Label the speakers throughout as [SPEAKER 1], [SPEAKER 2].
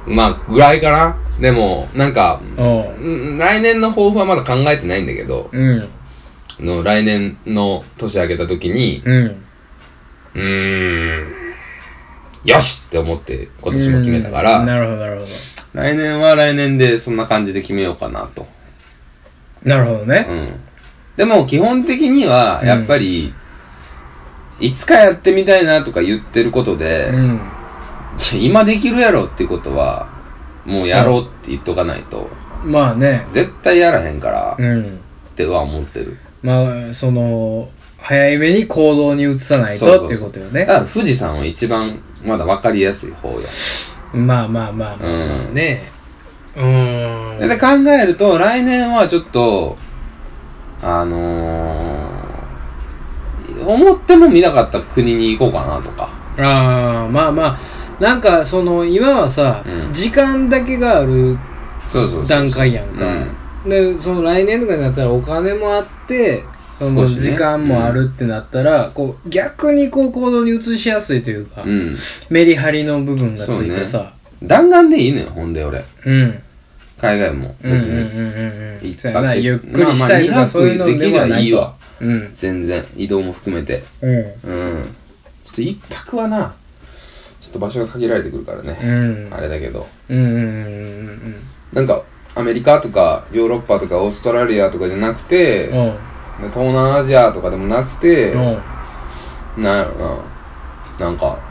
[SPEAKER 1] まあぐらいかな。でもなんか来年の抱負はまだ考えてないんだけど、来年の年明けた時によしって思って今年も決めたから、
[SPEAKER 2] なるほどなるほど。
[SPEAKER 1] 来年は来年でそんな感じで決めようかなと。
[SPEAKER 2] なるほどね。
[SPEAKER 1] でも基本的にはやっぱり、いつかやってみたいなとか言ってることで、今できるやろっていうことはもうやろうって言っとかないと、
[SPEAKER 2] まあね、
[SPEAKER 1] 絶対やらへんから、っては思ってる。
[SPEAKER 2] まあその早めに行動に移さないとっていうことよね。
[SPEAKER 1] だから富士山は一番まだ分かりやすい方や。
[SPEAKER 2] まあね。
[SPEAKER 1] で考えると来年はちょっと思っても見なかった国に行こうかなとか。
[SPEAKER 2] まあなんかその今はさ、時間だけがある段階やんか。でその来年とかになったらお金もあってその時間もあるってなったら、こう逆にこう行動に移しやすいというか、メリハリの部分がついてさ、
[SPEAKER 1] 弾丸でいいのよ。ほんで俺海外も別に
[SPEAKER 2] 一泊ゆっくりしたいとかそういうのではないわ。
[SPEAKER 1] 全然移動も含めてちょっと一泊はなちょっと場所が限られてくるからね、あれだけどなんかアメリカとかヨーロッパとかオーストラリアとかじゃなくて、東南アジアとかでもなくて、なんやろな、なんか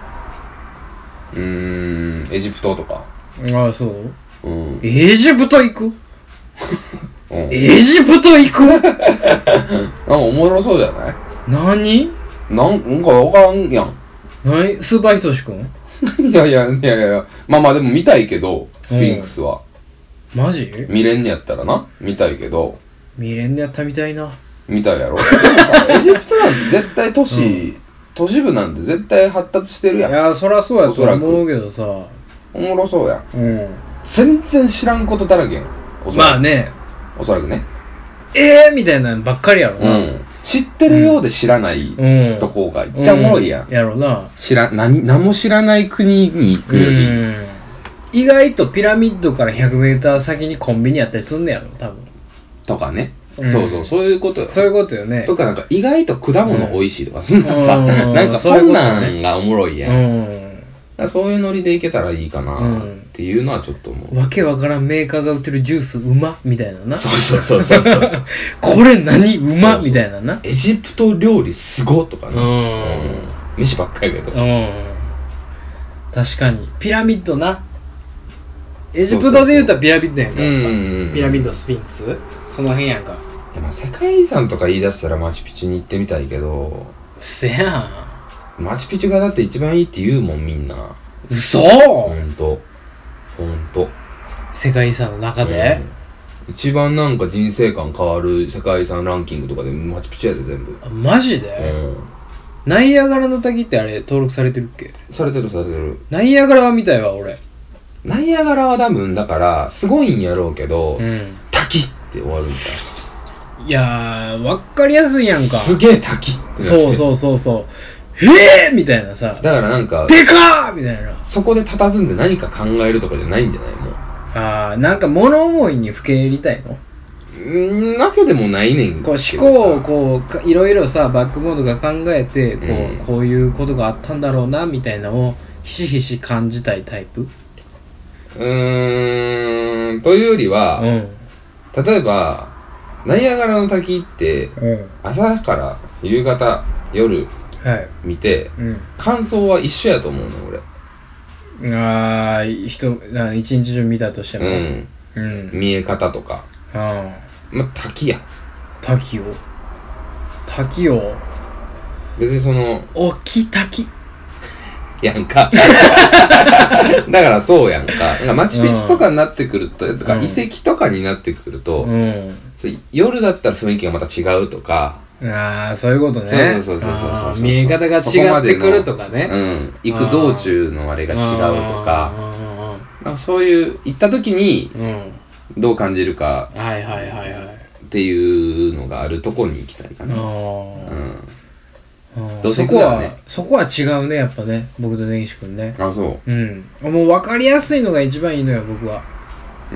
[SPEAKER 1] エジプトとか。
[SPEAKER 2] そう、エジプト行くエジプト行く
[SPEAKER 1] なんかおもろそうじゃない？
[SPEAKER 2] 何？
[SPEAKER 1] なんかわからんやん。
[SPEAKER 2] 何？スーパーひとしくん？
[SPEAKER 1] いやまあでも見たいけどスフィンクスは
[SPEAKER 2] マジ？
[SPEAKER 1] 見れんねやったらな見たいけど。
[SPEAKER 2] 見れんねやったら見たいな。
[SPEAKER 1] 見たいやろ。でもさエジプトなんて絶対都市部なんて絶対発達してるやん。
[SPEAKER 2] いやそりゃそうやと思うけどさ、
[SPEAKER 1] おもろそうやん。全然知らんことだらけやん。
[SPEAKER 2] まあね、お
[SPEAKER 1] そらくね。
[SPEAKER 2] みたいなのばっかりやろな。
[SPEAKER 1] 知ってるようで知らないとこがいっちゃおもろいやん。
[SPEAKER 2] やろな。
[SPEAKER 1] 何も知らない国に行くより。
[SPEAKER 2] 意外とピラミッドから100メーター先にコンビニやったりすんねやろ多分。
[SPEAKER 1] とかね。そういうことよ。
[SPEAKER 2] そういうことよね。
[SPEAKER 1] とかなんか意外と果物美味しいとかそんなさ、なんかそんなんがおもろいやん。そういうノリでいけたらいいかなっていうのはちょっと思う。
[SPEAKER 2] わけわからんメーカーが売ってるジュースうまみたいなな。
[SPEAKER 1] そう
[SPEAKER 2] これ何うまみたいなな。
[SPEAKER 1] エジプト料理すごとかね。飯ばっかりやけど。
[SPEAKER 2] 確かにピラミッドな。エジプトで言うたらピラミッドやんか。ピラミッドスフィンクスその辺やんか。
[SPEAKER 1] いやまあ世界遺産とか言い出したらマチュピチュに行ってみたいけど。
[SPEAKER 2] うせやん。
[SPEAKER 1] マチュピチュがだって一番いいって言うもんみんな。
[SPEAKER 2] 嘘？
[SPEAKER 1] ほんと
[SPEAKER 2] 世界遺産の中で、
[SPEAKER 1] 一番なんか人生観変わる世界遺産ランキングとかでマチュピチュやで全部。
[SPEAKER 2] マジで？ナイアガラの滝ってあれ登録されてるっけ？されてる。ナイアガラは見たいわ俺。
[SPEAKER 1] ナイアガラは多分だからすごいんやろうけど、滝って終わるみたいな。
[SPEAKER 2] いやー分かりやすいやんか。
[SPEAKER 1] すげえ滝って
[SPEAKER 2] そうみたいなさ。
[SPEAKER 1] だからなんか
[SPEAKER 2] でかーみたいな。
[SPEAKER 1] そこで佇んで何か考えるとかじゃないんじゃない？もう
[SPEAKER 2] なんか物思いにふけりたいの？
[SPEAKER 1] わけでもないねん。
[SPEAKER 2] こう思考をこういろいろさバックボードが考えてこういうことがあったんだろうなみたいなのをひしひし感じたいタイプ？
[SPEAKER 1] というよりは、例えばナイアガラの滝って、朝から夕方夜見て、感想は一緒やと思うの俺。
[SPEAKER 2] 一日中見たとしても、
[SPEAKER 1] 見え方とか、滝やん。
[SPEAKER 2] 滝を
[SPEAKER 1] 別にその
[SPEAKER 2] 大きい滝
[SPEAKER 1] やんかだからそうやんか。なんかマチュピチュとかになってくると、とか遺跡とかになってくると、夜だったら雰囲気がまた違うとか。
[SPEAKER 2] そういうことね。そう見え方が違ってくるとかね。
[SPEAKER 1] 行く道中のあれが違うとか、なんかそういう行った時にどう感じるかっていうのがあるとこに行きたいかな。 どうせ行くからね。
[SPEAKER 2] そこは違うね、やっぱね。僕と根岸くんね。
[SPEAKER 1] あ、そう。
[SPEAKER 2] うん。もう分かりやすいのが一番いいのよ、僕は。うん。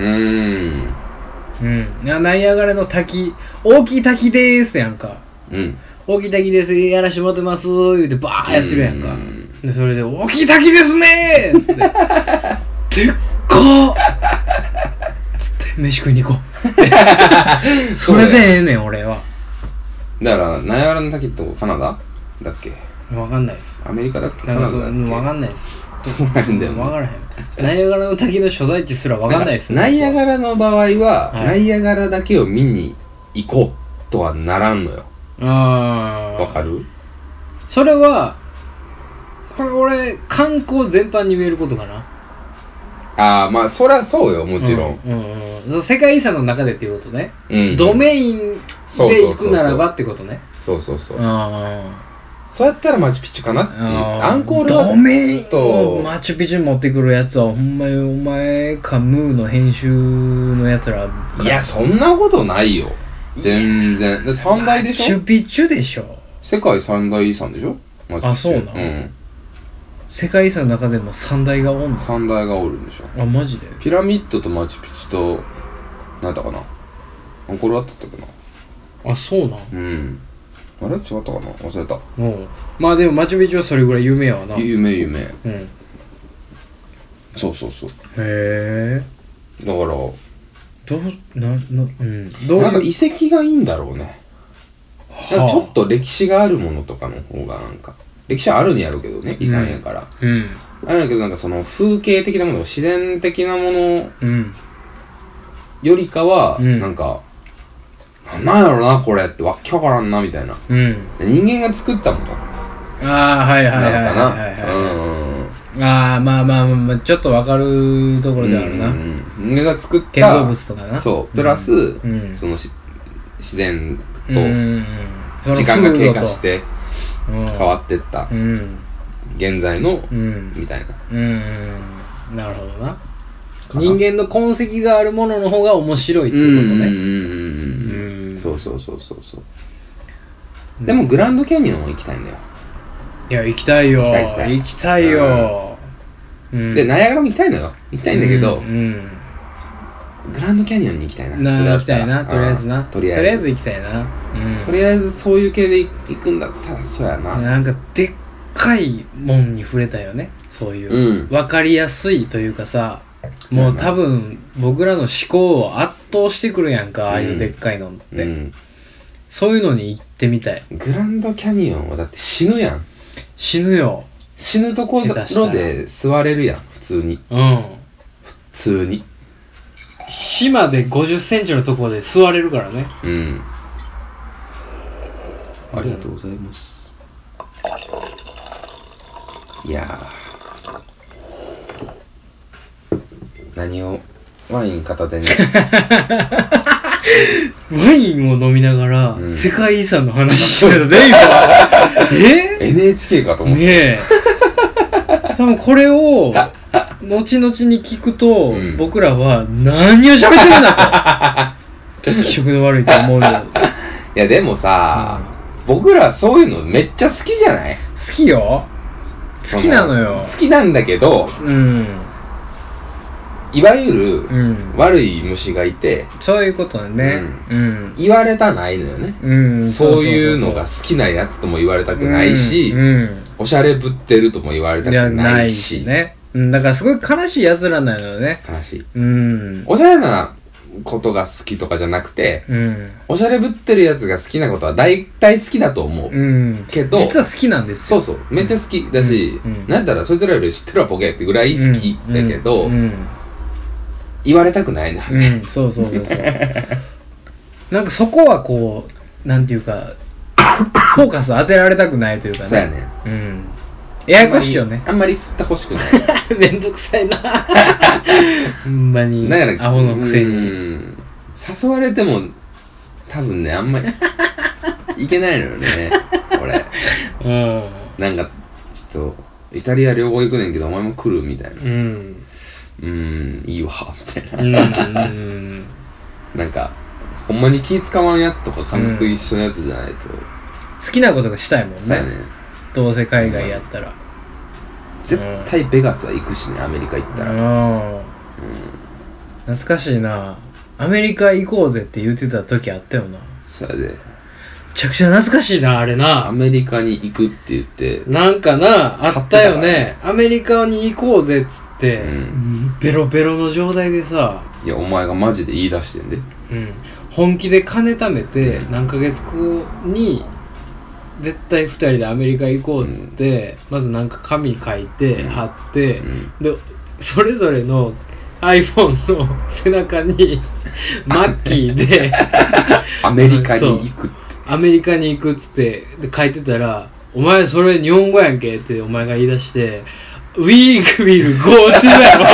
[SPEAKER 2] ナイアガラの滝、大きい滝でーすやんか。うん。大きい滝です、やらしてもらってます、言うてバーやってるやんか。で、それで、大きい滝ですねーつって。でっかーつって、飯食いに行こう。つって。それでええねん、俺は。
[SPEAKER 1] だから、ナイアガラの滝ってカナダだっけ？
[SPEAKER 2] わかんないです。
[SPEAKER 1] アメリカだっけ？カナダだっけ？
[SPEAKER 2] わかんないです。
[SPEAKER 1] そうなんだよね。
[SPEAKER 2] わからへん。ナイアガラの滝の所在地すらわかんないですね。
[SPEAKER 1] ナイアガラの場合は、ナイアガラだけを見に行こうとはならんのよ。わかる？
[SPEAKER 2] それは、俺、観光全般に見えることかな。
[SPEAKER 1] まあ、そりゃそうよ、もちろん。
[SPEAKER 2] 世界遺産の中でっていうことね。ドメインで行くならばってことね。
[SPEAKER 1] そうそうそう。そうやったらマチュピチュかなっていう。アンコール
[SPEAKER 2] ドメインとマチュピチュ持ってくるやつはほんまにお前かムーの編集のやつら。
[SPEAKER 1] いや、そんなことないよ。全然。で、三大でしょ？
[SPEAKER 2] マチュピチュでしょ。
[SPEAKER 1] 世界三大遺産でしょ？
[SPEAKER 2] あ、そうなの？世界遺産の中でも三大がおんの？
[SPEAKER 1] 三大がおるんでしょ。
[SPEAKER 2] あ、マジで？
[SPEAKER 1] ピラミッドとマチュピチュと、何だかな？アンコールあったっけな？
[SPEAKER 2] あ、そうなん？
[SPEAKER 1] うん。あれ違ったかな？忘れた。
[SPEAKER 2] まあでもマチュピチュはそれぐらい有名やわな。
[SPEAKER 1] 有名。そう。
[SPEAKER 2] へえ。
[SPEAKER 1] だから
[SPEAKER 2] なん
[SPEAKER 1] か遺跡がいいんだろうね。なんかちょっと歴史があるものとかの方がなんか歴史はあるんやろうけどね、遺産やから。あるんやけどなんかその風景的なもの、自然的なものよりかはなんか。なんやろなこれってわけわからんなみたいな、人間が作ったもの
[SPEAKER 2] はいまあちょっとわかるところではあるな、
[SPEAKER 1] 人間が作った
[SPEAKER 2] 建造物とかな、
[SPEAKER 1] そうプラス、その自然と時間が経過して変わってった現在のみたい
[SPEAKER 2] な、なるほどな。人間の痕跡があるものの方が面白いっていうことね。
[SPEAKER 1] そうでもグランドキャニオンも行きたいんだよ。
[SPEAKER 2] いや、行きたいよ。
[SPEAKER 1] で、ナイアガラも行きたいのよ。行きたいんだけど、グランドキャニオンに行きたいな。
[SPEAKER 2] 行きたいな、とりあえずな。とりあえず行きたいな。
[SPEAKER 1] とりあえずそういう系で行くんだったらそうやな。
[SPEAKER 2] なんかでっかいもんに触れたよね。そういう。わかりやすいというかさ、もう多分僕らの思考を圧倒してくるやんか、ああいうでっかいのって、そういうのに行ってみたい。
[SPEAKER 1] グランドキャニオンはだって死ぬやん。
[SPEAKER 2] 死ぬよ。
[SPEAKER 1] 死ぬところで座れるやん、普通に。普通に
[SPEAKER 2] 島で50センチのところで座れるからね。
[SPEAKER 1] ありがとうございます。いや何をワイン片手に
[SPEAKER 2] ワインを飲みながら、世界遺産の話してるね今。
[SPEAKER 1] NHK かと思って。
[SPEAKER 2] ねえ。多分これを後々に聞くと、僕らは何を喋ってるんだと気色の悪いと思うよ。
[SPEAKER 1] いやでもさ、僕らそういうのめっちゃ好きじゃない？
[SPEAKER 2] 好きよ。好きなのよ。
[SPEAKER 1] 好きなんだけど、いわゆる悪い虫がいて、
[SPEAKER 2] そういうことね、
[SPEAKER 1] 言われたないのよね、そういうのが好きなやつとも言われたくないし、おしゃれぶってるとも言われたくないし
[SPEAKER 2] ね、だからすごい悲しいやつらなのよね。
[SPEAKER 1] 悲しい、おしゃれなことが好きとかじゃなくて、おしゃれぶってるやつが好きなことは大体好きだと思う、けど
[SPEAKER 2] 実は好きなんですよ。
[SPEAKER 1] そうめっちゃ好きだし、なんだったらそいつらより知ってるわボケってぐらい好きだけど、言われたくないのよね。
[SPEAKER 2] そうなんかそこはこうなんていうかフォーカス当てられたくないというかね。
[SPEAKER 1] そうやね。
[SPEAKER 2] ややこしいよね。
[SPEAKER 1] あんまり振ってほしくない。
[SPEAKER 2] めんどくさいな。ほんまにアホのくせに。
[SPEAKER 1] 誘われても多分ねあんまりいけないのよね俺。なんかちょっとイタリア旅行行くねんけどお前も来るみたいな。いいわみたいな。なんかほんまに気使わんやつとか感覚一緒のやつじゃないと
[SPEAKER 2] 好きなことがしたいもんね。
[SPEAKER 1] そうやね。
[SPEAKER 2] どうせ海外やったら。
[SPEAKER 1] 絶対ベガスは行くしね、アメリカ行ったら。
[SPEAKER 2] 懐かしいな。アメリカ行こうぜって言ってた時あったよな。
[SPEAKER 1] そうやで。め
[SPEAKER 2] ちゃくちゃ懐かしいな、あれな。
[SPEAKER 1] アメリカに行くって言って。
[SPEAKER 2] なんかな、あったよね。アメリカに行こうぜっつって、ベロベロの状態でさ。
[SPEAKER 1] いや、お前がマジで言い出してんで。
[SPEAKER 2] 本気で金貯めて、何ヶ月後に、絶対2人でアメリカ行こうっつって、まずなんか紙書いて貼って、でそれぞれの iPhone の背中にマッキーで
[SPEAKER 1] アメリカに行くって
[SPEAKER 2] アメリカに行くっつってで書いてたら、お前それ日本語やんけってお前が言い出して、 We will go to やろ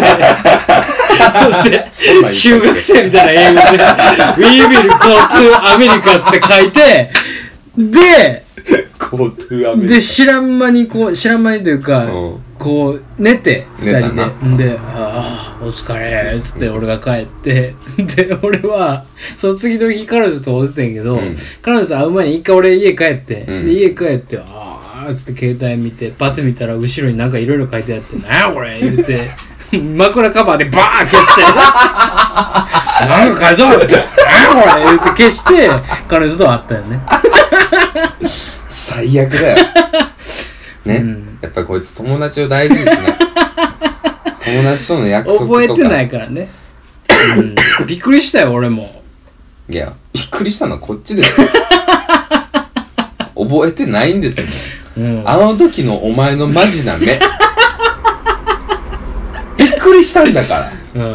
[SPEAKER 2] って中学生みたいな英語で We will go to America って書いて、で知らん間にというか、こう寝て2人で、で、ああお疲れっつって俺が帰って、で俺はその次の日彼女と会ってたんやけど、彼女と会う前に一回俺家帰って、で家帰ってああっつって携帯見てパッて見たら後ろになんかいろいろ書いてあって、なんやこれ言って枕カバーでバー消してなんか書いてあるってなんやこれ言って消して彼女と会ったよね。
[SPEAKER 1] 最悪だよね、やっぱりこいつ友達を大事にしない友達との約束とか
[SPEAKER 2] 覚えてないからね、びっくりしたよ俺も。
[SPEAKER 1] いやびっくりしたのはこっちですよ覚えてないんですよ、あの時のお前のマジな目びっくりしたんだから、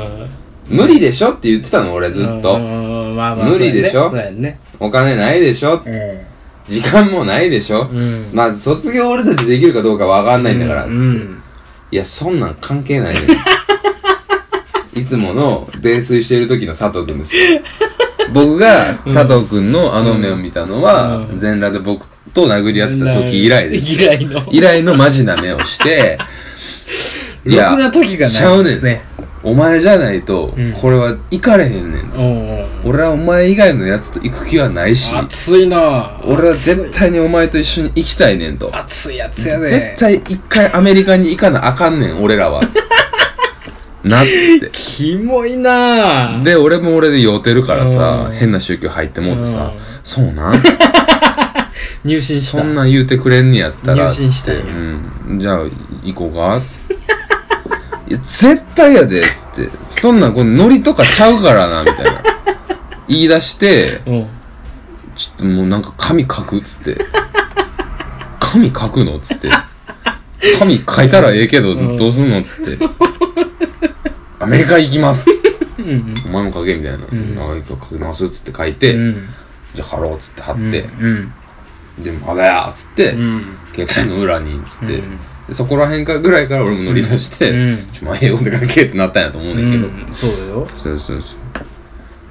[SPEAKER 1] 無理でしょって言ってたの俺ずっと、無理でしょ、お金ないでしょ、時間もないでしょ、まず卒業俺たちできるかどうかわかんないんだからつって、いやそんなん関係ないねいつもの泥酔してる時の佐藤くんですよ僕が佐藤くんのあの目を見たのは、全裸で僕と殴り合ってた時以来です。以来のマジな目をして
[SPEAKER 2] いや、ろくな時がないですね。ちゃうねん。
[SPEAKER 1] お前じゃないと、これは行かれへんねんと。俺はお前以外のやつと行く気はないし。
[SPEAKER 2] 熱いな。
[SPEAKER 1] 俺は絶対にお前と一緒に行きたいねんと。
[SPEAKER 2] 熱いやつやで。
[SPEAKER 1] 絶対一回アメリカに行かなあかんねん、俺らは。なって。
[SPEAKER 2] キモいな。
[SPEAKER 1] で、俺も俺で酔うてるからさ、変な宗教入ってもうてさ、そうなん
[SPEAKER 2] 入信した。
[SPEAKER 1] そんなん言うてくれんねやったら、
[SPEAKER 2] 入信したよ。
[SPEAKER 1] じゃあ行こうかいや絶対やでっつって、そんなんこのノリとかちゃうからなみたいな言い出して、ちょっともうなんか紙書くっつって、紙書くのっつって、紙書いたらええけどどうすんのっつって、アメリカ行きますっつって、お前も書けみたいな、今日書きますっつって書いて、じゃあ貼ろうっつって貼って、でまだやっつって、携帯の裏にっつって、そこら辺からぐらいから俺も乗り出して、まあ英語で書けってなったんやと思うねんけど、
[SPEAKER 2] そうだよ。
[SPEAKER 1] そう。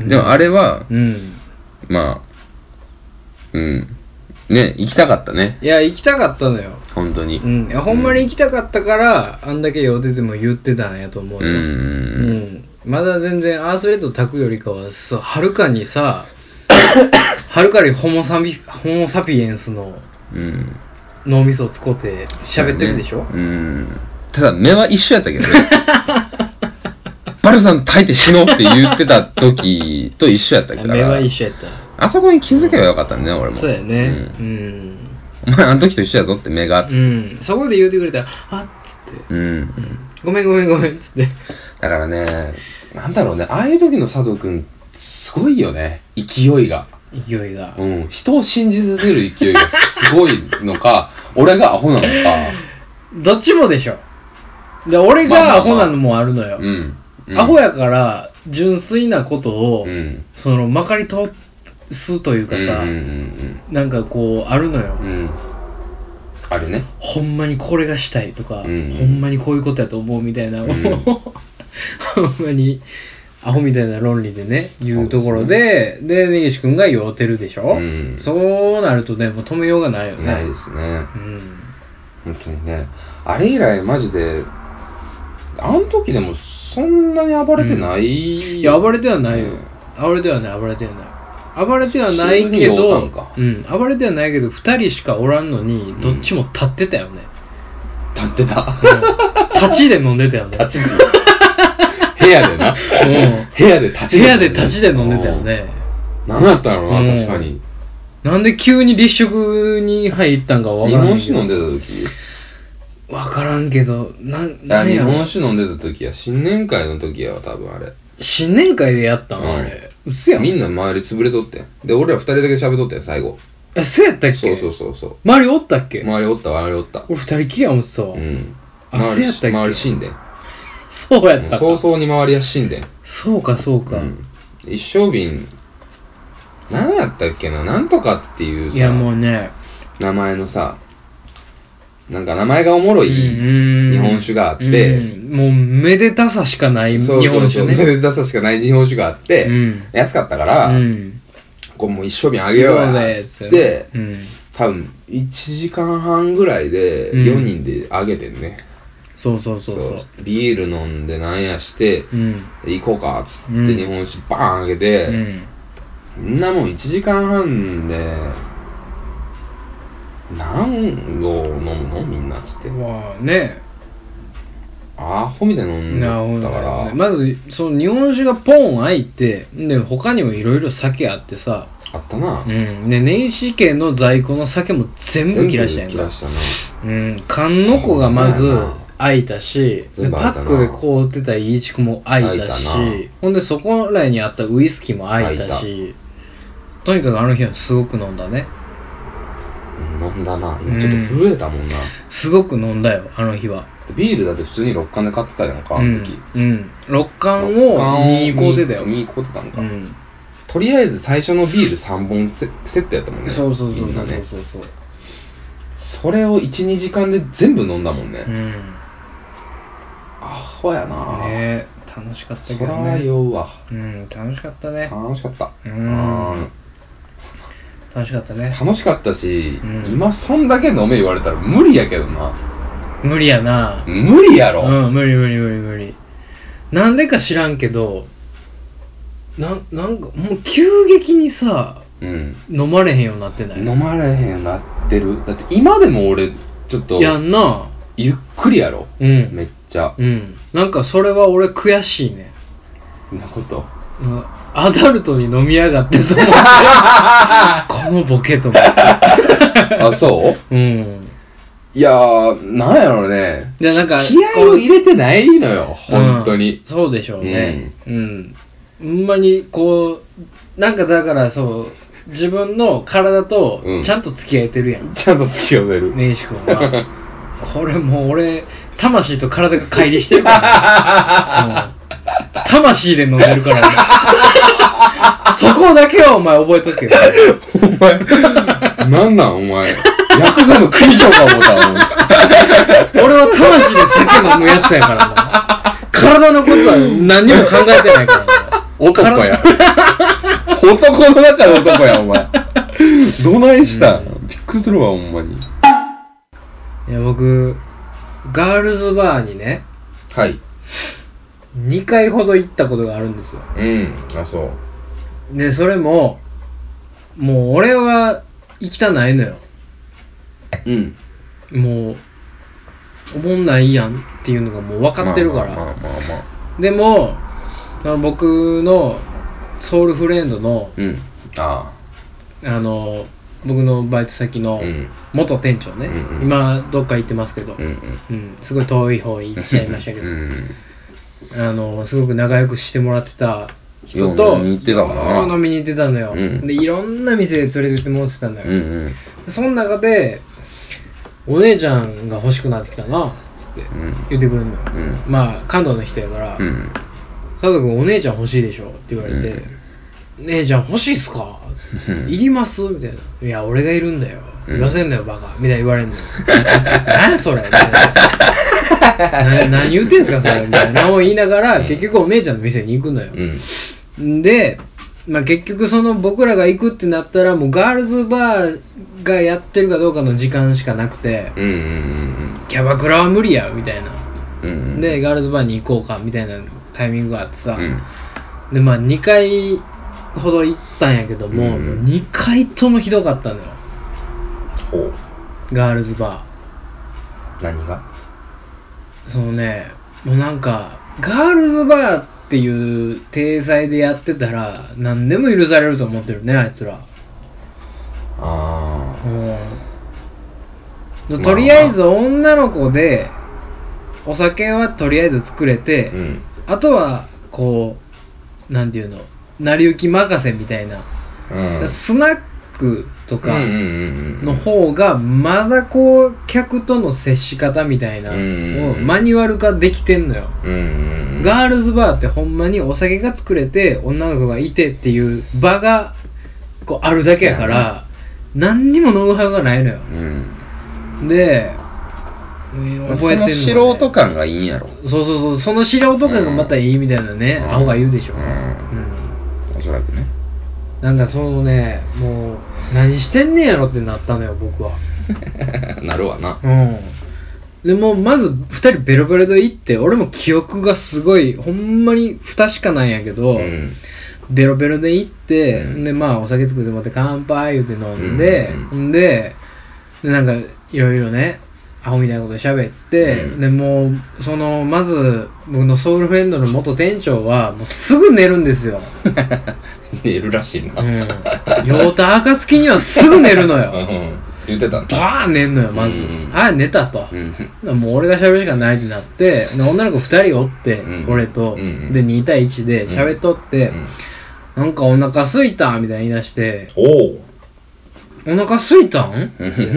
[SPEAKER 1] でもあれは、まあ、ね、行きたかったね。
[SPEAKER 2] いや、行きたかったのよ。
[SPEAKER 1] 本当に。
[SPEAKER 2] いや、ほんまに行きたかったから、あんだけ酔ってても言ってたんやと思うよ。まだ全然アースレッド炊くよりかは、はるかにさ、はるかにホモサピエンスの、脳みそを使って喋ってるでしょ、た
[SPEAKER 1] だ目は一緒やったけどねバルさん炊いて死のうって言ってた時と一緒やったから
[SPEAKER 2] 目は一緒やった。
[SPEAKER 1] あそこに気づけばよかったんだね、俺も。
[SPEAKER 2] そうやね。
[SPEAKER 1] お前あの時と一緒やぞって目がっつっ
[SPEAKER 2] て、そこで言うてくれたらあっつって、ごめんっつって。
[SPEAKER 1] だからね、なんだろうね、ああいう時の佐藤くんすごいよね、勢いが。人を信じさせる勢いがすごいのか俺がアホなのか、
[SPEAKER 2] どっちもでしょ。で俺がアホなのもあるのよ、アホやから純粋なことを、そのまかり通すというかさ、なんかこうあるのよ、
[SPEAKER 1] あるね。
[SPEAKER 2] ほんまにこれがしたいとか、ほんまにこういうことやと思うみたいな、ほんまにアホみたいな論理でね言うところで、根岸くんが酔ってるでしょ、そうなるとねもう止めようがないよね。
[SPEAKER 1] ないですね、本当にね。あれ以来マジであの時でもそんなに暴れてない、
[SPEAKER 2] いや暴れてはないよ、暴れてはない。 暴れてはないけど、暴れてはないけど2人しかおらんのにどっちも立ってたよね。
[SPEAKER 1] 立ってた。
[SPEAKER 2] 立ちで飲んでたよね。
[SPEAKER 1] 立ちで。部屋でな。部屋で立ち
[SPEAKER 2] で飲んでたよね。
[SPEAKER 1] 何だったのな、確かに。
[SPEAKER 2] なんで急に立食に入ったんかわからんけど。
[SPEAKER 1] 日本酒飲んでた時
[SPEAKER 2] わからんけど、
[SPEAKER 1] 日本酒飲んでた時は新年会の時やわ、多分あれ。
[SPEAKER 2] 新年会でやったん、あれ。うっせやん。
[SPEAKER 1] みんな周り潰れとってん。で、俺ら2人だけ喋っとったよ、最後。
[SPEAKER 2] そうやったっけ？
[SPEAKER 1] そう。
[SPEAKER 2] 周りおったっけ？
[SPEAKER 1] 周りおったわ、俺2
[SPEAKER 2] 人きりや思ってたわ。そうやったっけ？
[SPEAKER 1] 周り死んでん。
[SPEAKER 2] そうやったか。
[SPEAKER 1] 早々に周りは死んでん。
[SPEAKER 2] そうか。
[SPEAKER 1] 一升瓶、何やったっけな、なんとかっていうさ、
[SPEAKER 2] いやもうね、
[SPEAKER 1] 名前のさ、なんか名前がおもろい日本酒があって、
[SPEAKER 2] もうめでたさしかない日本酒ね。
[SPEAKER 1] めでたさしかない日本酒があって、安かったから、こうもう一升瓶あげようやっつって、多分1時間半ぐらいで4人であげてんね。
[SPEAKER 2] そう。
[SPEAKER 1] ビール飲んでなんやして、行こうかっつって日本酒バーンあげて、みんなもう1時間半で何合飲むのみんなっつって。
[SPEAKER 2] まあね、
[SPEAKER 1] アホみたいに飲んだから、
[SPEAKER 2] まずその日本酒がポン開いて、で他にもいろいろ酒あってさ、
[SPEAKER 1] あったな。
[SPEAKER 2] で根岸家の在庫の酒も全部切らしたやんか。
[SPEAKER 1] 切らしたな。
[SPEAKER 2] 缶の子がまず開いたし、パックで凍ってたイーチクも開いたし、ほんでそこらにあったウイスキーも開いたし、とにかくあの日はすごく飲んだね。
[SPEAKER 1] 飲んだな。今ちょっと震えたもんな。
[SPEAKER 2] すごく飲んだよ、あの日は。
[SPEAKER 1] ビールだって普通に6缶で買ってたやんか、あの時。
[SPEAKER 2] 6缶を2買うてたよ。
[SPEAKER 1] 2買うてたんか。とりあえず最初のビール3本セットやったもんね。
[SPEAKER 2] そう。
[SPEAKER 1] それを 1,2 時間で全部飲んだもんね。アホやな。
[SPEAKER 2] ね、楽しかったけどね。
[SPEAKER 1] そら酔うわ。
[SPEAKER 2] 楽しかったね。
[SPEAKER 1] 楽しかった。
[SPEAKER 2] 楽しかったね。
[SPEAKER 1] 楽しかったし、今そんだけ飲め言われたら無理やけどな。
[SPEAKER 2] 無理やな。
[SPEAKER 1] 無理やろ。
[SPEAKER 2] 無理。なんでか知らんけど、なんかもう急激にさ、飲まれへんようになってない？
[SPEAKER 1] 飲まれへんようになってる。だって今でも俺ちょっと
[SPEAKER 2] やんな。
[SPEAKER 1] ゆっくりやろ。めっちゃ。
[SPEAKER 2] なんかそれは俺悔しいね。
[SPEAKER 1] なこと。
[SPEAKER 2] アダルトに飲みやがってと思ってこのボケと思って
[SPEAKER 1] あ、そう？いやー、なんやろうね。
[SPEAKER 2] じゃなんか
[SPEAKER 1] 気合を入れてないのよ、本当に。
[SPEAKER 2] そうでしょうね。ほんまにこう、なんかだからそう、自分の体とちゃんと付き合えてるやん。
[SPEAKER 1] ちゃんと付き合えてる。
[SPEAKER 2] 根岸君は。これもう俺、魂と体が乖離してるからね。魂で飲んでるからね。そこだけはお前覚えとけよ。
[SPEAKER 1] お前、なんなんお前。ヤクザの組長か思ったわ。
[SPEAKER 2] 俺は魂で酒飲むやつやからな。体のことは何にも考えてないからな。
[SPEAKER 1] 男や。男の中の男や、お前。どないしたん？びっくりするわ、ほんまに。
[SPEAKER 2] いや、僕、ガールズバーにね。
[SPEAKER 1] はい。
[SPEAKER 2] 2回ほど行ったことがあるんですよ。
[SPEAKER 1] あ、そう。
[SPEAKER 2] で、それも、もう俺は行きたないのよ。もう、おもんないやんっていうのがもう分かってるから。でも、僕のソウルフレンドの、僕のバイト先の元店長ね、今どっか行ってますけど、すごい遠い方行っちゃいましたけど、すごく仲良くしてもらってた人と飲みに行ってたのよ。でいろんな店で連れてってもらってたのよ。その中でお姉ちゃんが欲しくなってきたなって言ってくれるのよ。まあ関東の人やから「家族お姉ちゃん欲しいでしょ」って言われて「姉ちゃん欲しいっすか？いります？」みたいな「いや俺がいるんだよ言わせんなよバカ」みたいな言われんのよ。何それみたいな何言ってんすかそれみたいなを言いながら結局お姉ちゃんの店に行くのよ。でまあ結局その僕らが行くってなったらもうガールズバーがやってるかどうかの時間しかなくてキャバクラは無理やみたいなでガールズバーに行こうかみたいなタイミングがあってさでまあ2回ほど行ったんやけども、2回ともひどかったのよ。ガールズバ
[SPEAKER 1] ー。何が？
[SPEAKER 2] そのね、もうなんかガールズバーっていう体裁でやってたら何でも許されると思ってるね、あいつら。とりあえず女の子でお酒はとりあえず作れて、あとはこうなんていうの、成り行き任せみたいな、スナックとかの方がまだこう客との接し方みたいなをマニュアル化できてんのよ。ガールズバーってほんまにお酒が作れて女の子がいてっていう場がこうあるだけやから何にもノウハウがないのよ。で
[SPEAKER 1] 覚えてんの、ね、その素人感がいいんやろ。
[SPEAKER 2] そうその素人感がまたいいみたいなね、アホが言うでしょ。
[SPEAKER 1] おそらくね。
[SPEAKER 2] なんかそのね、もう何してんねんやろってなったのよ僕は。
[SPEAKER 1] なるわな。
[SPEAKER 2] でもまず2人ベロベロで行って、俺も記憶がすごいほんまに不確かなんやけど、ベロベロで行って、でまあお酒作ってもらって乾杯言うて飲んで、でなんかいろいろねアホみたいなこと喋って、でもうそのまず僕のソウルフレンドの元店長はもうすぐ寝るんですよ。
[SPEAKER 1] 寝るらしいな。
[SPEAKER 2] 酔った暁にはすぐ寝るのよ。
[SPEAKER 1] 言ってたんだ。
[SPEAKER 2] バーン寝んのよまず。寝たと。もう俺が喋るしかないってなって、女の子2人おって、俺とで2対1で喋っとって、なんかお腹空いたみたいに言い出して、お腹空いたん？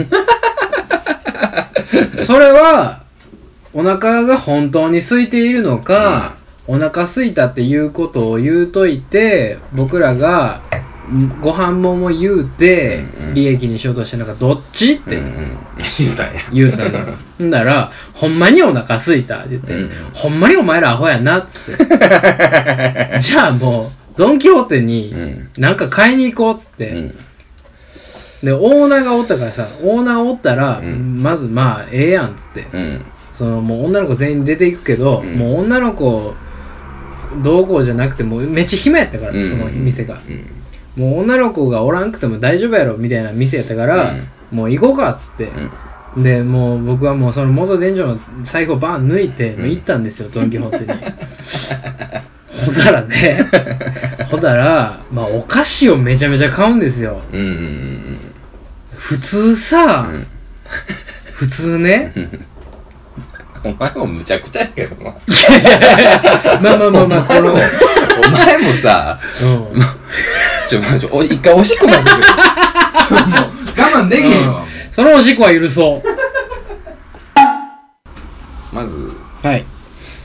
[SPEAKER 2] それはお腹が本当に空いているのか、お腹空いたっていうことを言うといて僕らがご飯もんを言うて利益にしようとしてるのかどっちって言うたんや。んだらほんまにお腹空いたって言って、ほんまにお前らアホやなっつってじゃあもうドンキホーテになんか買いに行こうっつって、でオーナーがおったからさ、オーナーおったら、まずまあええやんっつって、そのもう女の子全員出ていくけど、もう女の子どうこうじゃなくてもうめっちゃ暇やったから、その店が、もう女の子がおらんくても大丈夫やろみたいな店やったから、もう行こうかっつって、でもう僕はもうその元店長の財布をバーン抜いて、行ったんですよドンキホーテに。ほたら、まあお菓子をめちゃめちゃ買うんですよ。普通さ、普通ね。
[SPEAKER 1] お前もむちゃくちゃやけどな。
[SPEAKER 2] まあこの
[SPEAKER 1] お前もさ、一回おしっこ出してくれ。もう我慢できへんわ。
[SPEAKER 2] そのおしっこは許そう。
[SPEAKER 1] まず、
[SPEAKER 2] はい。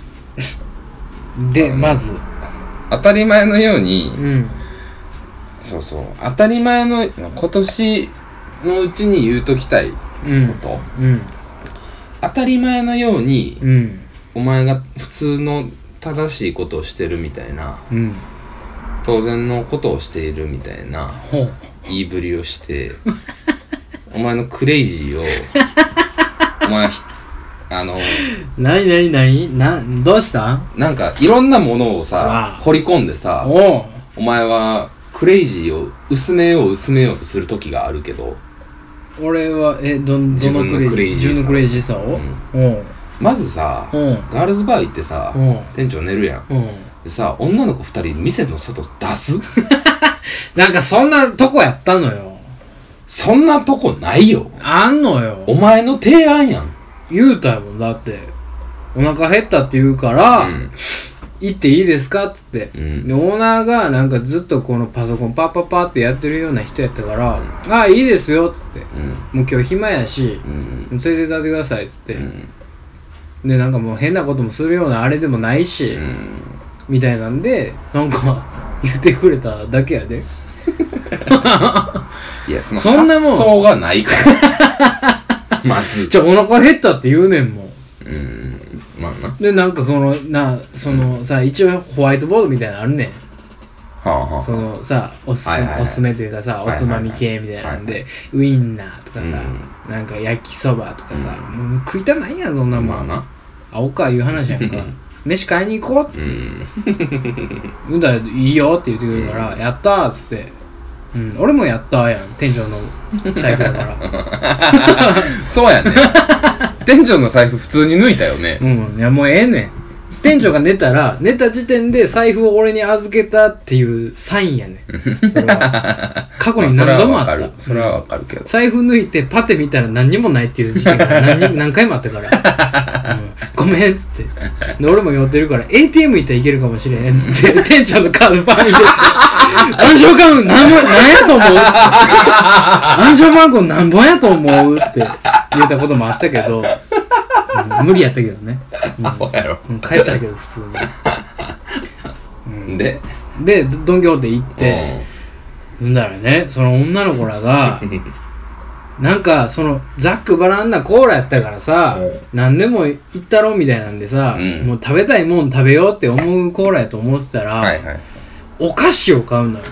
[SPEAKER 2] でまず
[SPEAKER 1] 当たり前のように、そう当たり前の今年のうちに言うときたいこと、当たり前のように、お前が普通の正しいことをしてるみたいな、当然のことをしているみたいな言いぶりをしてお前のクレイジーをお前
[SPEAKER 2] 何どうした？
[SPEAKER 1] なんかいろんなものをさ掘り込んでさ、お前はクレイジーを薄めようとする時があるけど、
[SPEAKER 2] 俺は自分のクレイジーさを、
[SPEAKER 1] まずさ、ガールズバー行ってさ、店長寝るやん、でさ女の子2人店の外出す
[SPEAKER 2] なんかそんなとこやったのよ。
[SPEAKER 1] そんなとこないよ。
[SPEAKER 2] あんのよ。
[SPEAKER 1] お前の提案やん。
[SPEAKER 2] 言うたもん。だってお腹減ったって言うから、行っていいですかっつって、でオーナーがなんかずっとこのパソコンパッってやってるような人やったから、ああいいですよっつって、もう今日暇やし、連れてってくださいっつって、でなんかもう変なこともするようなあれでもないし、みたいなんでなんか言ってくれただけやで。
[SPEAKER 1] いやそんなもん発想がないからまず
[SPEAKER 2] じゃあお腹減ったって言うねんもん。
[SPEAKER 1] まあな。
[SPEAKER 2] でなんかそのさ一応ホワイトボードみたいなのあるねん。そのさおすすめというかさ、おつまみ系みたいなんで、ウインナーとかさ、なんか焼きそばとかさ、もう食いたないやんそんなもん。青かいう話やんか。 飯買いに行こうっつってうんだいいよって言ってくれるから、やったーっつって、俺もやったーやん、店長の財布だから
[SPEAKER 1] そうやね店長の財布普通に抜いたよね。
[SPEAKER 2] いやもうええねん。店長が寝た時点で財布を俺に預けたっていうサインやねん。それは過去に何度もあった。
[SPEAKER 1] それはわかるけど。
[SPEAKER 2] 財布抜いてパッて見たら何にもないっていう事件が何回もあったから、ごめんっつって。で俺も酔ってるから ATM 行ったらいけるかもしれへんっつって店長のカードパン入れて暗証番号何やと思うっつって暗証番号何本やと思うって言ったこともあったけど、無理やったけどね。帰ったけど普通に。でドン・キホーテ行って、なんだろうね、その女の子らがなんかそのざっくばらんなコーラやったからさ、何でもいったろみたいなんでさ、もう食べたいもん食べようって思うコーラやと思ってたら、お菓子を買うのよ。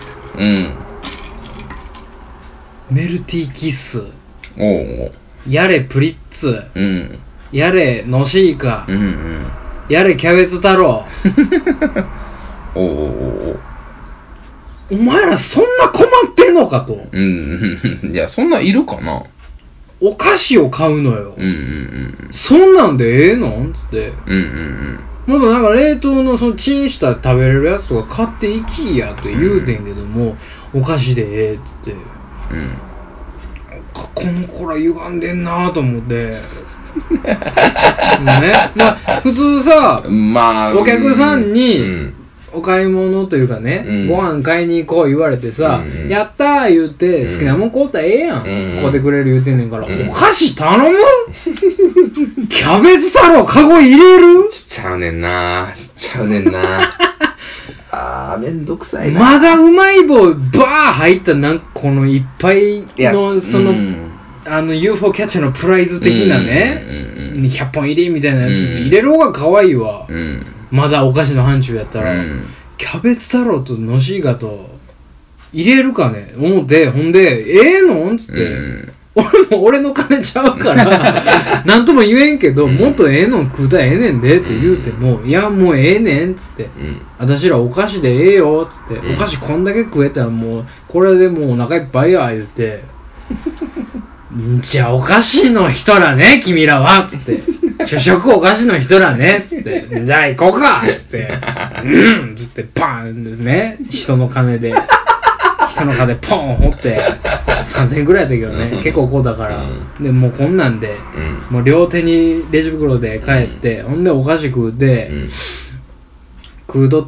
[SPEAKER 2] メルティーキッス、やれプリッツ、やれノシーカ、やれキャベツ太郎お前らそんな困ってんのかと。
[SPEAKER 1] いやそんないるかな。
[SPEAKER 2] お菓子を買うのよ。そんなんでええのつって。まだなんか冷凍のそのチンした食べれるやつとか買っていきやと言うてんけども、お菓子でええっつって。この子ら歪んでんなと思って。ね、まあ普通さ、お客さんに、お買い物というかね、ご飯買いに行こう言われてさ、やったー言うて、好きなもん買うたらええやん、買うてくれる言うてんねんから、お菓子頼むキャベツ太郎カゴ入れる
[SPEAKER 1] ちゃうねんなめんどくさいな。
[SPEAKER 2] まだうまい棒バー入ったなんかこのいっぱいのその、UFO キャッチャーのプライズ的なね、100本入りみたいなやつ入れる方が可愛いわ。まだお菓子の範疇やったら、キャベツ太郎とノシーガと入れるかね思って、ほんでええのっつって、俺も俺の金ちゃうからなんとも言えんけど、もっとええの食うたらええねんでって言うても、いやもうええねんっつって、私らお菓子でええよっつって、お菓子こんだけ食えたらもうこれでもうお腹いっぱいや言うてじゃあお菓子の人らね君らはっつって、主食お菓子の人らねっつって、じゃあ行こうかっつってっつってパーンですね、人の金でポン掘って3000円くらいやったけどね、結構こうだから、でもうこんなんで、もう両手にレジ袋で帰って、ほんでお菓子食うて、食うとって、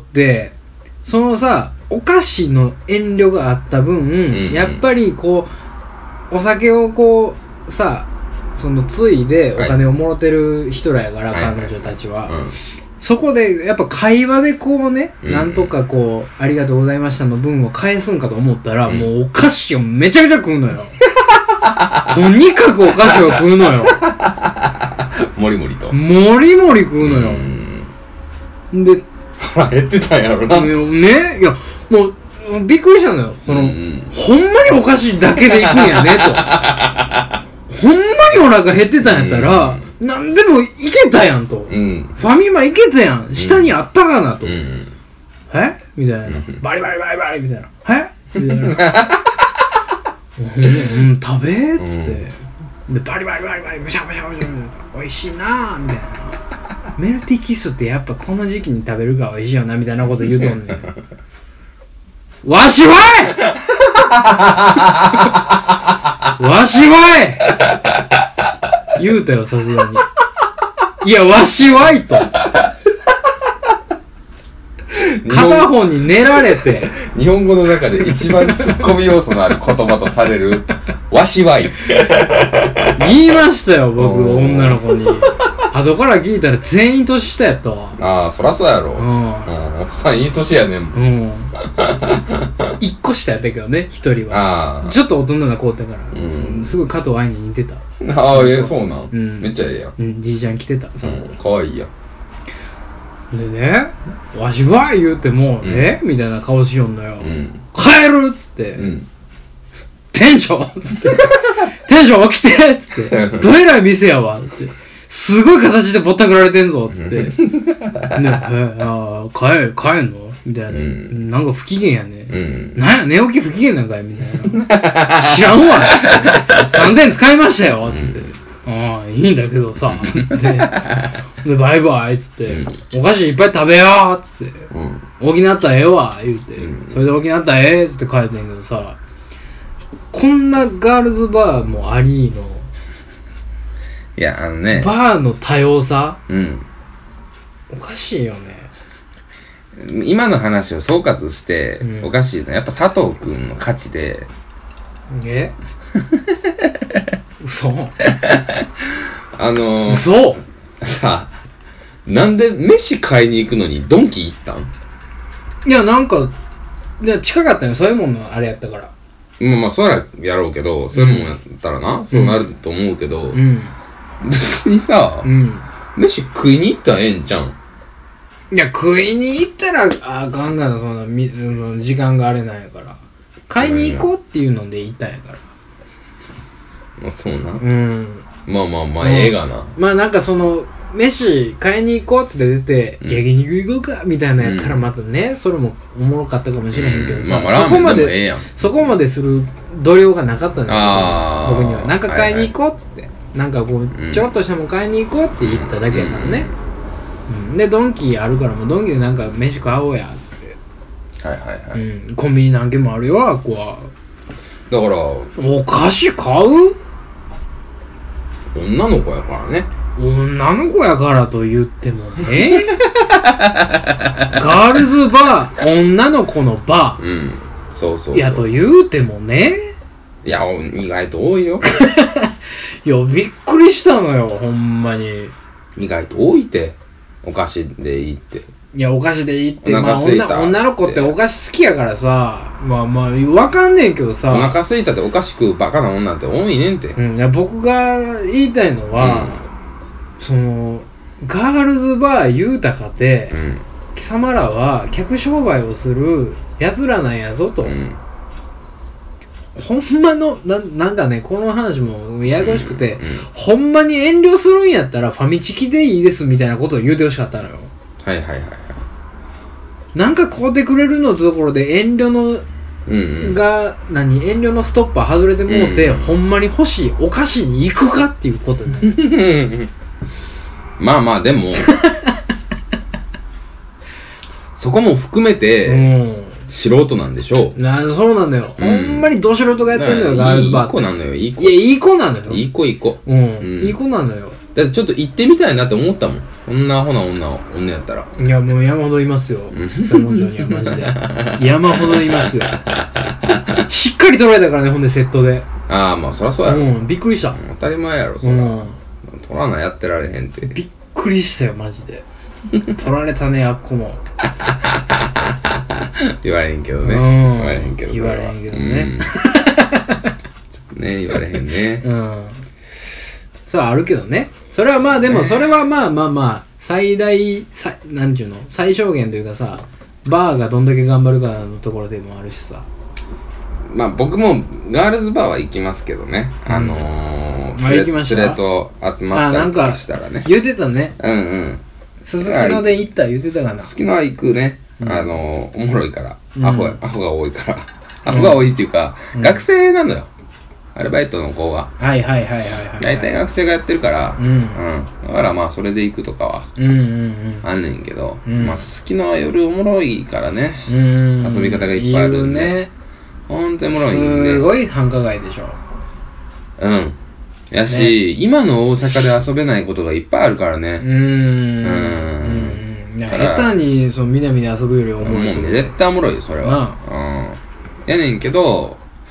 [SPEAKER 2] そのさお菓子の遠慮があった分、やっぱりこうお酒をこうさ、そのついでお金をもろてる人らやから、彼女たちは、そこでやっぱ会話でこうね、なんとかこうありがとうございましたの分を返すんかと思ったら、もうお菓子をめちゃくちゃ食うのよとにかくお菓子を食うのよ
[SPEAKER 1] もりもりと
[SPEAKER 2] もりもり食うのよ。で
[SPEAKER 1] 腹減ってたんやろな。
[SPEAKER 2] ね、いやもうびっくりしたのよ。その、ほんまにお菓子だけで行くんやねとほんまにお腹減ってたんやったら、なんでもいけたやんと、ファミマいけたやん、下にあったかなと、えみたいな、バリバリバリバリみたいな、えみたいな食べーっつって、でバリバリバリバリブシャブシャブシャブ、おいしいなーみたいな、メルティーキスってやっぱこの時期に食べるからおいしいよなみたいなこと言うとんねんわしわし言うたよ、さすがに。いや、わしはいと。片方に寝られて。
[SPEAKER 1] 日本語の中で一番ツッコミ要素のある言葉とされる、わしはい
[SPEAKER 2] 言いましたよ、僕、女の子に。後から聞いたら全員年下やったわ。
[SPEAKER 1] ああ、そらそうやろ。おっさんいい年やねんもん。
[SPEAKER 2] 1個下やったけどね、1人は。ちょっと大人な子だから、すごい加藤愛に似てた。
[SPEAKER 1] ああ、そうなん。めっちゃええやん。
[SPEAKER 2] じいちゃん着てた、その
[SPEAKER 1] 子。かわいいやん。
[SPEAKER 2] でね、わしは言うても、みたいな顔しよんのよ。帰るっつって、店長っつって、店長起きてっつって、どえらい店やわって。 すごい形でぼったくられてんぞつって、ね、帰んのみたいな、なんか不機嫌やね、なんや寝起き不機嫌なんかいみたいな知らんわ3000円使いましたよつって、ああいいんだけどさつってでバイバイつって、お菓子いっぱい食べようつって、大きなったらええわ言うて、それで大きなったらええつって帰ってんけどさ、こんなガールズバーもありの、
[SPEAKER 1] いや
[SPEAKER 2] バーの多様さ、おかしいよね。
[SPEAKER 1] 今の話を総括して、おかしいのはやっぱ佐藤くんの価値で。
[SPEAKER 2] 嘘
[SPEAKER 1] 嘘さあ、なんで飯買いに行くのにドンキ行ったん？
[SPEAKER 2] いやなんか近かったよ、そういうもんのあれやったから。
[SPEAKER 1] まあそうやろうけど、そういうもんやったらな、そうなると思うけど、別にさ、飯食いに行ったらええんちゃうん？
[SPEAKER 2] いや食いに行ったらあかんがな、そんな時間があれなんやから、買いに行こうっていうので行ったんやから。
[SPEAKER 1] まあそうな。まあええがな。
[SPEAKER 2] まあなんかその飯買いに行こうっつって出て、焼肉行こうかみたいなやったらまたね、それもおもろかったかもしれへんけどさ、そこまでする度量がなかったんだよ僕には。なんか買いに行こうっつって、なんかこうちょろっとしたもん買いに行こうって言っただけやからね。でドンキあるからもうドンキでなんか飯買おうやっつって、コンビニ何軒もあるよあっこは。
[SPEAKER 1] だから
[SPEAKER 2] お菓子買う？
[SPEAKER 1] 女の子やからね。
[SPEAKER 2] 女の子やからと言ってもねガールズバー、女の子のバー、そうやと言うてもね。
[SPEAKER 1] いや意外と多いよ
[SPEAKER 2] いやびっくりしたのよほんまに。
[SPEAKER 1] 意外と多いってお菓子でいいって。
[SPEAKER 2] いやお菓子でいいって、まあ、女の子ってお菓子好きやからさ、まあわかんねんけどさ、
[SPEAKER 1] お腹すいたってお菓子食うバカな女って多いねんって。
[SPEAKER 2] いや僕が言いたいのは、そのガールズバー言うたかて、貴様らは客商売をする奴らなんやぞと、ほんまのなんかね、この話もややこしくて、ほんまに遠慮するんやったらファミチキでいいですみたいなことを言うてほしかったのよ。なんか買うてくれるのところで遠慮の遠慮のストッパー外れてもうて、ほんまに欲しいお菓子に行くかっていうことに
[SPEAKER 1] まあでもそこも含めて、素人なんでしょう。
[SPEAKER 2] そうなんだよ、ほんまにど素人がやってんのよ、ガールズバーって。いい子なのよ、いい子。いやいい子なんだよ、いい子いい子、いい子なんだよ。
[SPEAKER 1] だってちょっと行ってみたいなって思ったもん、こんなアホな女やったら。
[SPEAKER 2] いやもう山ほどいますよ、専門町にはマジで山ほどいますよしっかり取られたからね、ほんでセットで。
[SPEAKER 1] まあそりゃそうやろ、
[SPEAKER 2] びっくりした。
[SPEAKER 1] 当たり前やろそら、取らなやってられへんって。
[SPEAKER 2] びっくりしたよマジで取られたねあっこも
[SPEAKER 1] 言われへんけどね、言われへんけどね
[SPEAKER 2] ちょっ
[SPEAKER 1] とね言われへんね
[SPEAKER 2] そうあるけどね。それはまあでもそれはまあなんちゅうの、最小限というかさ、バーがどんだけ頑張るかのところでもあるしさ。
[SPEAKER 1] まあ僕もガールズバーは行きますけどね、
[SPEAKER 2] 行きました。
[SPEAKER 1] 連れと集まったりとかしたらね。
[SPEAKER 2] 言ってたね。すすきので行った言ってたかな。
[SPEAKER 1] すすきのは行くね、おもろいから、アホが多いからアホが多いっていうか、学生なのよ、アルバイトの子が。大体学生がやってるから、だからまあそれで行くとかはあんねんけど、まあすすきのは夜おもろいからね、遊び方がいっぱいあるんで、ほんとにおもろいんで。
[SPEAKER 2] すごい繁華街でしょ。
[SPEAKER 1] やし、今の大阪で遊べないことがいっぱいあるからね。
[SPEAKER 2] 下手にその南で遊ぶよりおもろいと思う。
[SPEAKER 1] 絶対おもろいよそれは。やねんけど、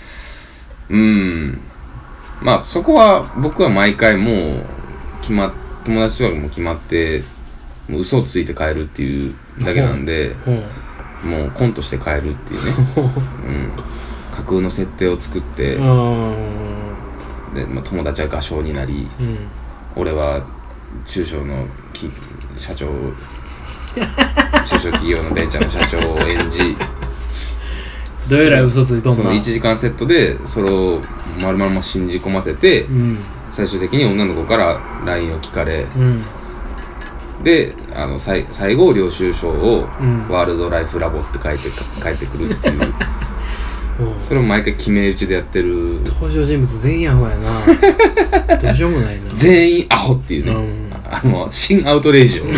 [SPEAKER 1] まあそこは僕は毎回もう友達とかも決まってもう嘘をついて帰るっていうだけなんで、もうコントして帰るっていうね架空の設定を作って、で、友達は画商になり、俺は中小企業のベンチャーの社長を演じ
[SPEAKER 2] どえらい嘘ついとんな。
[SPEAKER 1] その1時間セットでそれを丸々信じ込ませて、 最終的に女の子から LINE を聞かれ、で最後領収書をワールドライフラボって書いてくるっていうそれを毎回決め打ちでやってる。
[SPEAKER 2] 登場人物全員アホやなどうしようもないな。
[SPEAKER 1] 全員アホっていうね、新アウトレイジを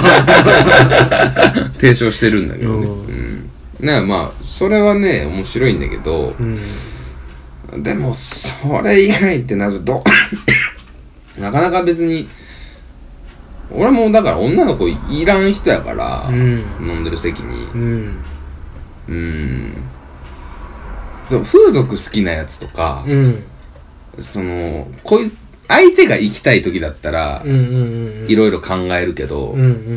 [SPEAKER 1] 提唱してるんだけどね。まあそれはね面白いんだけど、でもそれ以外ってなるとなかなか別に俺もだから女の子いらん人やから、飲んでる席に風俗好きなやつとか、相手が行きたい時だったらいろいろ考えるけど、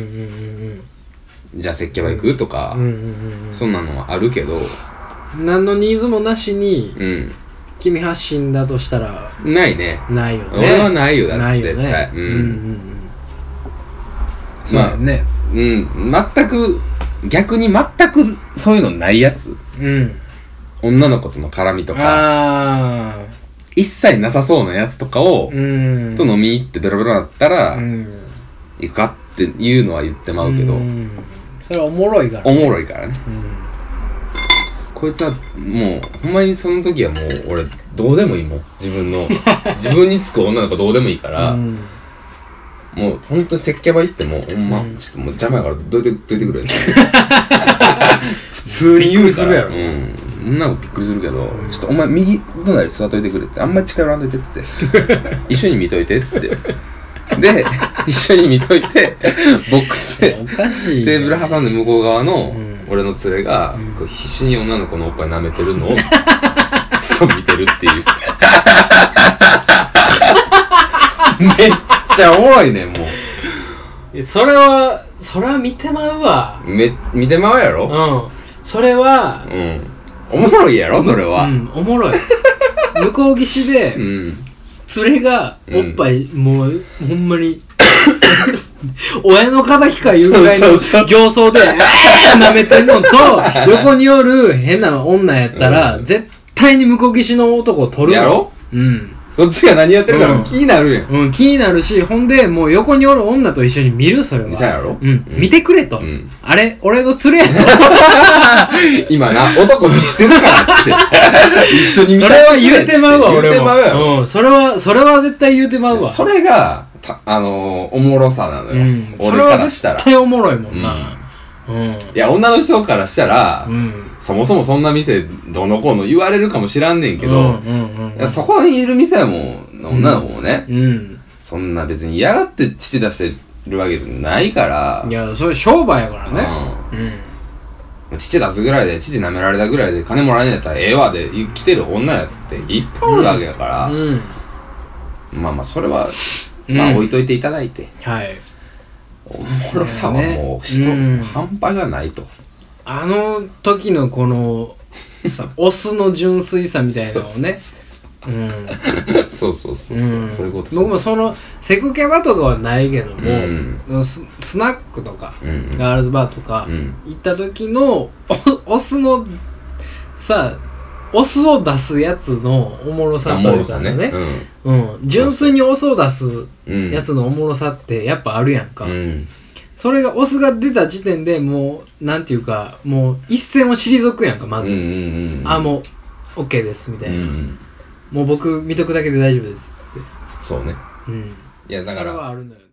[SPEAKER 1] じゃあ接客場行くとか、そんなのはあるけど、
[SPEAKER 2] 何のニーズもなしに、君発信だとしたら
[SPEAKER 1] ないね。
[SPEAKER 2] ないよね。
[SPEAKER 1] 俺はないよ。だって絶対。
[SPEAKER 2] そうやね。
[SPEAKER 1] 全く逆に全くそういうのないやつ。女の子との絡みとか一切なさそうなやつとかをと飲み行ってベロベロだったら行くかっていうのは言ってまうけど、
[SPEAKER 2] それはおもろいから
[SPEAKER 1] ね。おもろいからね。こいつはもうほんまにその時はもう俺どうでもいいもん。自分につく女の子どうでもいいから、もうほんと接客場行ってもほんまちょっともう邪魔やからどいてくれ普通に言うから。女の子びっくりするけど、ちょっとお前右隣座っといてくれって、あんまり近寄らんといてっつって一緒に見といてっつってで一緒に見といてボックスで
[SPEAKER 2] おかしい
[SPEAKER 1] テーブル挟んで向こう側の俺の連れがこう必死に女の子のおっぱい舐めてるのをずっと見てるっていうめっちゃおもろいねん。も
[SPEAKER 2] うそれは見てまうわ。
[SPEAKER 1] 見てまうやろ。
[SPEAKER 2] それは
[SPEAKER 1] おもろいやろそれは。
[SPEAKER 2] おもろい。向こう岸で連れがおっぱいもうほんまに親の敵かいうぐらいの形相で舐めてんのと横におる変な女やったら絶対に向こう岸の男を取る
[SPEAKER 1] やろ。そっちが何やってるか気になるやん。
[SPEAKER 2] 気になるし、ほんでもう横におる女と一緒に見る。それは
[SPEAKER 1] 見たやろ。
[SPEAKER 2] 見てくれと。あれ俺の連れやろ
[SPEAKER 1] 今な男見してるからって一緒に見た。
[SPEAKER 2] それは言うてまうわ。俺もそれは絶対言うてまうわ。
[SPEAKER 1] それがおもろさなのよ。俺からしたら
[SPEAKER 2] 絶対おもろいもんな。
[SPEAKER 1] いや女の人からしたらそもそもそんな店どの子の言われるかもしらんねんけど、そこにいる店はもう女の子もね、そんな別に嫌がって乳出してるわけじゃないから。
[SPEAKER 2] いやそれ商売やからね。
[SPEAKER 1] 乳出すぐらいで乳舐められたぐらいで金もらえんやったらええわで来てる女やっていっぱいおるわけやから、まあそれはまあ置いといていただいて、おもろさはもう半端がないと。
[SPEAKER 2] あの時のこのさオスの純粋さみたいなのをね。
[SPEAKER 1] そういうこと。
[SPEAKER 2] 僕もそのセクキャバとかはないけども、スナックとかガールズバーとか行った時のオスのさオスを出すやつのおもろさというかさね、純粋にオスを出すやつのおもろさってやっぱあるやんか。それがオスが出た時点でもうなんていうかもう一線を退くやんか。まずもう OK ですみたいな、もう僕見とくだけで大丈夫ですって。
[SPEAKER 1] そうね。いやだからそれ
[SPEAKER 2] はあるのよ。